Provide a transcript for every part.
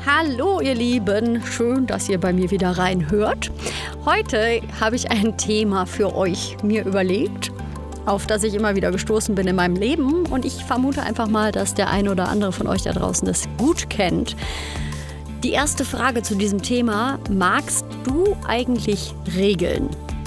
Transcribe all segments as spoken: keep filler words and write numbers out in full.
Hallo ihr Lieben, schön, dass ihr bei mir wieder reinhört. Heute habe ich ein Thema für euch mir überlegt, auf das ich immer wieder gestoßen bin in meinem Leben. Und ich vermute einfach mal, dass der eine oder andere von euch da draußen das gut kennt. Die erste Frage zu diesem Thema: Magst du eigentlich Regeln?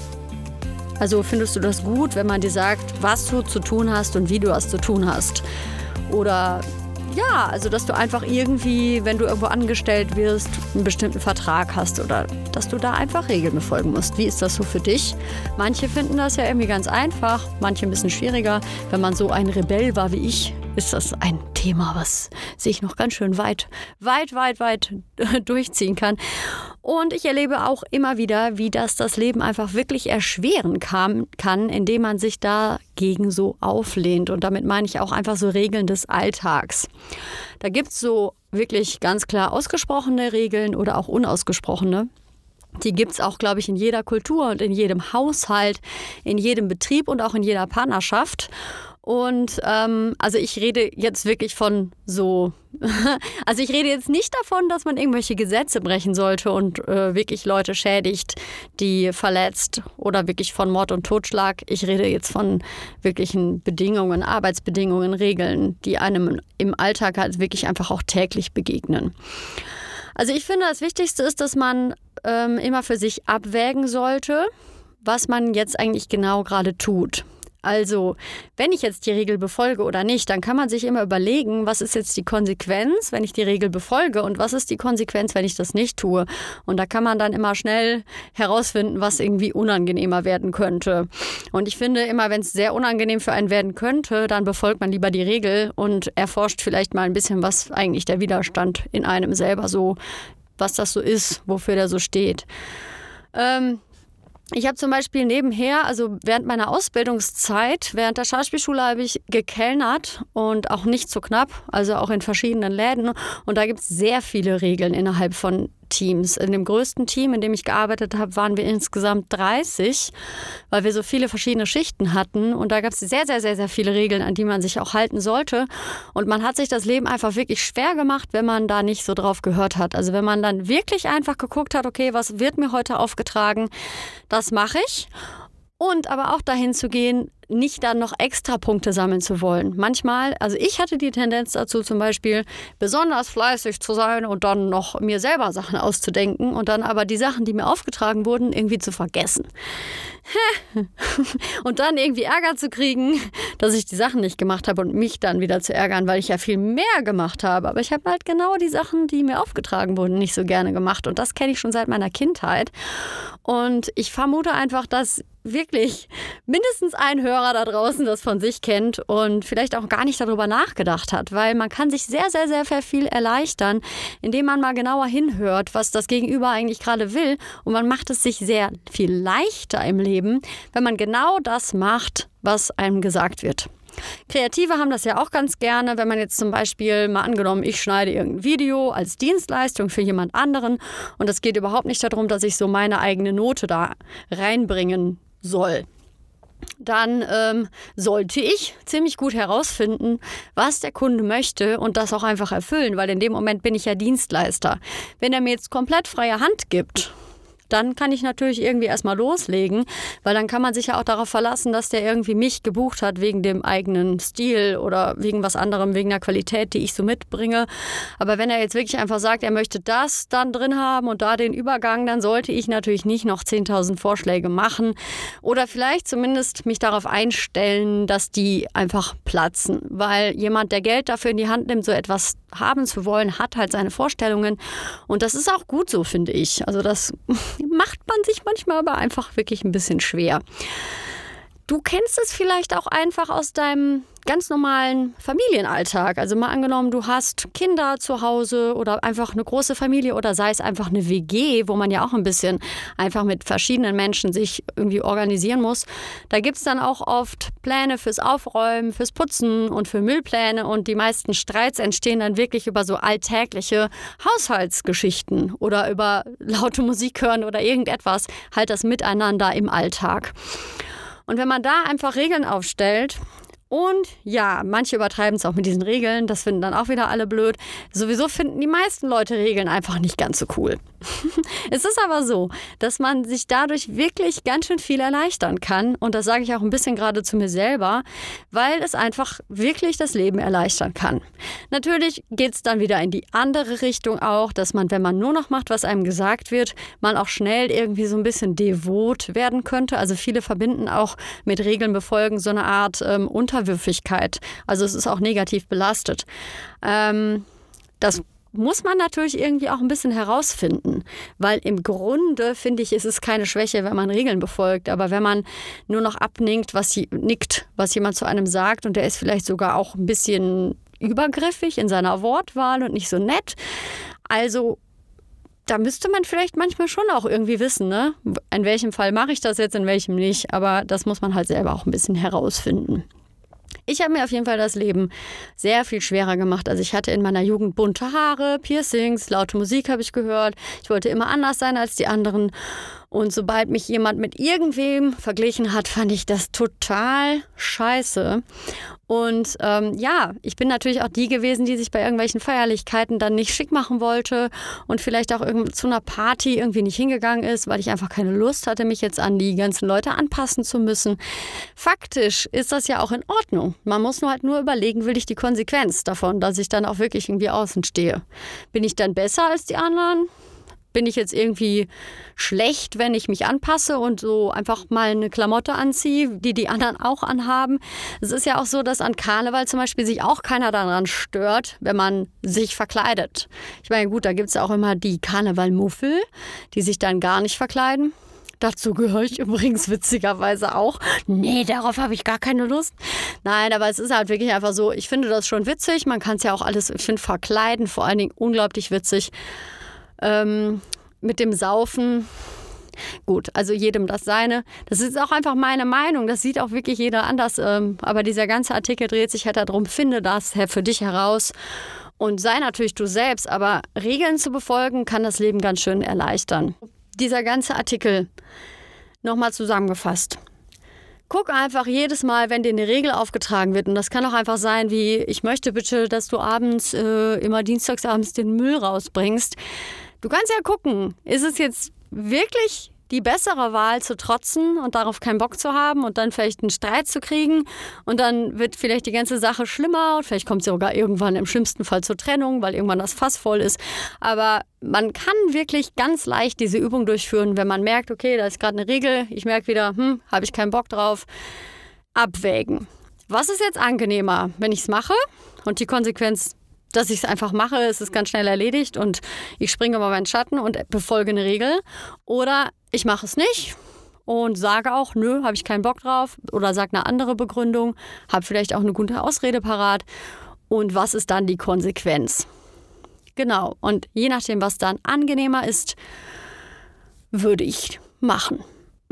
Also findest du das gut, wenn man dir sagt, was du zu tun hast und wie du das zu tun hast? Oder ja, also dass du einfach irgendwie, wenn du irgendwo angestellt wirst, einen bestimmten Vertrag hast oder dass du da einfach Regeln befolgen musst. Wie ist das so für dich? Manche finden das ja irgendwie ganz einfach, manche ein bisschen schwieriger. Wenn man so ein Rebell war wie ich, ist das ein Thema, was sich noch ganz schön weit, weit, weit, weit durchziehen kann. Und ich erlebe auch immer wieder, wie das das Leben einfach wirklich erschweren kann, kann, indem man sich dagegen so auflehnt. Und damit meine ich auch einfach so Regeln des Alltags. Da gibt es so wirklich ganz klar ausgesprochene Regeln oder auch unausgesprochene. Die gibt es auch, glaube ich, in jeder Kultur und in jedem Haushalt, in jedem Betrieb und auch in jeder Partnerschaft. Und ähm, also ich rede jetzt wirklich von so, also ich rede jetzt nicht davon, dass man irgendwelche Gesetze brechen sollte und äh, wirklich Leute schädigt, die verletzt oder wirklich von Mord und Totschlag. Ich rede jetzt von wirklichen Bedingungen, Arbeitsbedingungen, Regeln, die einem im Alltag halt wirklich einfach auch täglich begegnen. Also ich finde, das Wichtigste ist, dass man ähm, immer für sich abwägen sollte, was man jetzt eigentlich genau gerade tut. Also, wenn ich jetzt die Regel befolge oder nicht, dann kann man sich immer überlegen, was ist jetzt die Konsequenz, wenn ich die Regel befolge und was ist die Konsequenz, wenn ich das nicht tue. Und da kann man dann immer schnell herausfinden, was irgendwie unangenehmer werden könnte. Und ich finde immer, wenn es sehr unangenehm für einen werden könnte, dann befolgt man lieber die Regel und erforscht vielleicht mal ein bisschen, was eigentlich der Widerstand in einem selber so, was das so ist, wofür der so steht. Ähm, Ich habe zum Beispiel nebenher, also während meiner Ausbildungszeit, während der Schauspielschule habe ich gekellnert und auch nicht so knapp, also auch in verschiedenen Läden. Und da gibt es sehr viele Regeln innerhalb von Teams. In dem größten Team, in dem ich gearbeitet habe, waren wir insgesamt dreißig, weil wir so viele verschiedene Schichten hatten. Und da gab es sehr, sehr, sehr, sehr viele Regeln, an die man sich auch halten sollte. Und man hat sich das Leben einfach wirklich schwer gemacht, wenn man da nicht so drauf gehört hat. Also wenn man dann wirklich einfach geguckt hat, okay, was wird mir heute aufgetragen, das mache ich. Und aber auch dahin zu gehen, nicht dann noch extra Punkte sammeln zu wollen. Manchmal, also ich hatte die Tendenz dazu, zum Beispiel besonders fleißig zu sein und dann noch mir selber Sachen auszudenken und dann aber die Sachen, die mir aufgetragen wurden, irgendwie zu vergessen. Und dann irgendwie Ärger zu kriegen, dass ich die Sachen nicht gemacht habe und mich dann wieder zu ärgern, weil ich ja viel mehr gemacht habe. Aber ich habe halt genau die Sachen, die mir aufgetragen wurden, nicht so gerne gemacht. Und das kenne ich schon seit meiner Kindheit. Und ich vermute einfach, dass wirklich mindestens ein Hörer da draußen das von sich kennt und vielleicht auch gar nicht darüber nachgedacht hat, weil man kann sich sehr, sehr, sehr viel erleichtern, indem man mal genauer hinhört, was das Gegenüber eigentlich gerade will, und man macht es sich sehr viel leichter im Leben, wenn man genau das macht, was einem gesagt wird. Kreative haben das ja auch ganz gerne, wenn man jetzt zum Beispiel, mal angenommen, ich schneide irgendein Video als Dienstleistung für jemand anderen und es geht überhaupt nicht darum, dass ich so meine eigene Note da reinbringen soll. Dann ähm, sollte ich ziemlich gut herausfinden, was der Kunde möchte und das auch einfach erfüllen, weil in dem Moment bin ich ja Dienstleister. Wenn er mir jetzt komplett freie Hand gibt, dann kann ich natürlich irgendwie erstmal loslegen, weil dann kann man sich ja auch darauf verlassen, dass der irgendwie mich gebucht hat wegen dem eigenen Stil oder wegen was anderem, wegen der Qualität, die ich so mitbringe. Aber wenn er jetzt wirklich einfach sagt, er möchte das dann drin haben und da den Übergang, dann sollte ich natürlich nicht noch zehntausend Vorschläge machen oder vielleicht zumindest mich darauf einstellen, dass die einfach platzen, weil jemand, der Geld dafür in die Hand nimmt, so etwas haben zu wollen, hat halt seine Vorstellungen und das ist auch gut so, finde ich. Also das macht man sich manchmal aber einfach wirklich ein bisschen schwer. Du kennst es vielleicht auch einfach aus deinem ganz normalen Familienalltag. Also mal angenommen, du hast Kinder zu Hause oder einfach eine große Familie oder sei es einfach eine W G, wo man ja auch ein bisschen einfach mit verschiedenen Menschen sich irgendwie organisieren muss. Da gibt es dann auch oft Pläne fürs Aufräumen, fürs Putzen und für Müllpläne und die meisten Streits entstehen dann wirklich über so alltägliche Haushaltsgeschichten oder über laute Musik hören oder irgendetwas, halt das Miteinander im Alltag. Und wenn man da einfach Regeln aufstellt Und ja, manche übertreiben es auch mit diesen Regeln. Das finden dann auch wieder alle blöd. Sowieso finden die meisten Leute Regeln einfach nicht ganz so cool. Es ist aber so, dass man sich dadurch wirklich ganz schön viel erleichtern kann. Und das sage ich auch ein bisschen gerade zu mir selber, weil es einfach wirklich das Leben erleichtern kann. Natürlich geht es dann wieder in die andere Richtung auch, dass man, wenn man nur noch macht, was einem gesagt wird, man auch schnell irgendwie so ein bisschen devot werden könnte. Also viele verbinden auch mit Regeln befolgen so eine Art ähm, Unterwürfigkeit. Also es ist auch negativ belastet. Ähm, das muss man natürlich irgendwie auch ein bisschen herausfinden, weil im Grunde, finde ich, ist es keine Schwäche, wenn man Regeln befolgt, aber wenn man nur noch abnickt, was, nickt, was jemand zu einem sagt und der ist vielleicht sogar auch ein bisschen übergriffig in seiner Wortwahl und nicht so nett, also da müsste man vielleicht manchmal schon auch irgendwie wissen, ne? In welchem Fall mache ich das jetzt, in welchem nicht, aber das muss man halt selber auch ein bisschen herausfinden. Ich habe mir auf jeden Fall das Leben sehr viel schwerer gemacht. Also ich hatte in meiner Jugend bunte Haare, Piercings, laute Musik habe ich gehört. Ich wollte immer anders sein als die anderen. Und sobald mich jemand mit irgendwem verglichen hat, fand ich das total scheiße. Und ähm, ja, ich bin natürlich auch die gewesen, die sich bei irgendwelchen Feierlichkeiten dann nicht schick machen wollte und vielleicht auch irgend zu einer Party irgendwie nicht hingegangen ist, weil ich einfach keine Lust hatte, mich jetzt an die ganzen Leute anpassen zu müssen. Faktisch ist das ja auch in Ordnung. Man muss nur halt nur überlegen, will ich die Konsequenz davon, dass ich dann auch wirklich irgendwie außen stehe. Bin ich dann besser als die anderen? Bin ich jetzt irgendwie schlecht, wenn ich mich anpasse und so einfach mal eine Klamotte anziehe, die die anderen auch anhaben? Es ist ja auch so, dass an Karneval zum Beispiel sich auch keiner daran stört, wenn man sich verkleidet. Ich meine, gut, da gibt es ja auch immer die Karnevalmuffel, die sich dann gar nicht verkleiden. Dazu gehöre ich übrigens witzigerweise auch. Nee, darauf habe ich gar keine Lust. Nein, aber es ist halt wirklich einfach so, ich finde das schon witzig. Man kann es ja auch alles, ich finde, verkleiden, vor allen Dingen unglaublich witzig. Ähm, mit dem Saufen, gut, also jedem das Seine. Das ist auch einfach meine Meinung, das sieht auch wirklich jeder anders. Ähm, aber dieser ganze Artikel dreht sich halt darum, finde das für dich heraus und sei natürlich du selbst. Aber Regeln zu befolgen, kann das Leben ganz schön erleichtern. Dieser ganze Artikel, nochmal zusammengefasst. Guck einfach jedes Mal, wenn dir eine Regel aufgetragen wird, und das kann auch einfach sein wie, ich möchte bitte, dass du abends, äh, immer dienstagsabends den Müll rausbringst. Du kannst ja gucken, ist es jetzt wirklich die bessere Wahl zu trotzen und darauf keinen Bock zu haben und dann vielleicht einen Streit zu kriegen und dann wird vielleicht die ganze Sache schlimmer und vielleicht kommt es sogar irgendwann im schlimmsten Fall zur Trennung, weil irgendwann das Fass voll ist. Aber man kann wirklich ganz leicht diese Übung durchführen, wenn man merkt, okay, da ist gerade eine Regel, ich merke wieder, hm, habe ich keinen Bock drauf, abwägen. Was ist jetzt angenehmer, wenn ich es mache und die Konsequenz, dass ich es einfach mache, es ist ganz schnell erledigt und ich springe über meinen Schatten und befolge eine Regel. Oder ich mache es nicht und sage auch, nö, habe ich keinen Bock drauf. Oder sage eine andere Begründung, habe vielleicht auch eine gute Ausrede parat. Und was ist dann die Konsequenz? Genau, und je nachdem, was dann angenehmer ist, würde ich machen.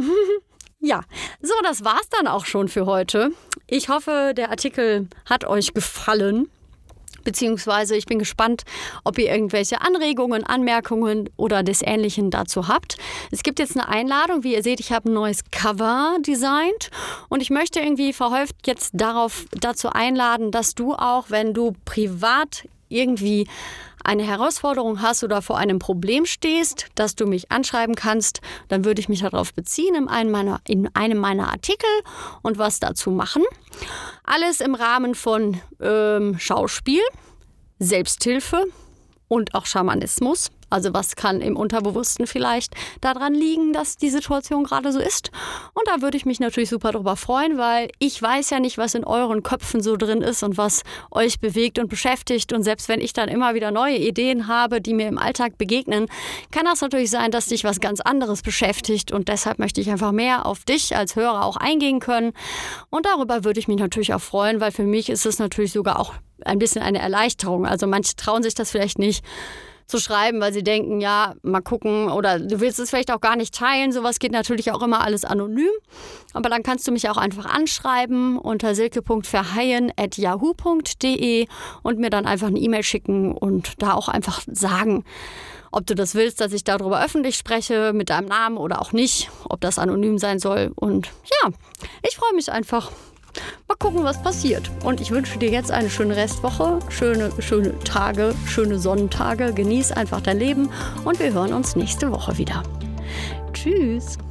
Ja, so, das war's dann auch schon für heute. Ich hoffe, der Artikel hat euch gefallen. Beziehungsweise ich bin gespannt, ob ihr irgendwelche Anregungen, Anmerkungen oder des Ähnlichen dazu habt. Es gibt jetzt eine Einladung. Wie ihr seht, ich habe ein neues Cover designt und ich möchte irgendwie verhäuft jetzt darauf, dazu einladen, dass du auch, wenn du privat irgendwie eine Herausforderung hast oder vor einem Problem stehst, dass du mich anschreiben kannst, dann würde ich mich darauf beziehen in einem meiner, in einem meiner Artikel und was dazu machen. Alles im Rahmen von ähm, Schauspiel, Selbsthilfe und auch Schamanismus. Also was kann im Unterbewussten vielleicht daran liegen, dass die Situation gerade so ist. Und da würde ich mich natürlich super drüber freuen, weil ich weiß ja nicht, was in euren Köpfen so drin ist und was euch bewegt und beschäftigt. Und selbst wenn ich dann immer wieder neue Ideen habe, die mir im Alltag begegnen, kann das natürlich sein, dass dich was ganz anderes beschäftigt. Und deshalb möchte ich einfach mehr auf dich als Hörer auch eingehen können. Und darüber würde ich mich natürlich auch freuen, weil für mich ist es natürlich sogar auch ein bisschen eine Erleichterung. Also manche trauen sich das vielleicht nicht zu schreiben, weil sie denken, ja, mal gucken, oder du willst es vielleicht auch gar nicht teilen. Sowas geht natürlich auch immer alles anonym. Aber dann kannst du mich auch einfach anschreiben unter silke punkt verheyen at yahoo punkt de und mir dann einfach eine E-Mail schicken und da auch einfach sagen, ob du das willst, dass ich darüber öffentlich spreche, mit deinem Namen oder auch nicht, ob das anonym sein soll. Und ja, ich freue mich einfach. Mal gucken, was passiert. Und ich wünsche dir jetzt eine schöne Restwoche, schöne, schöne Tage, schöne Sonnentage. Genieß einfach dein Leben und wir hören uns nächste Woche wieder. Tschüss.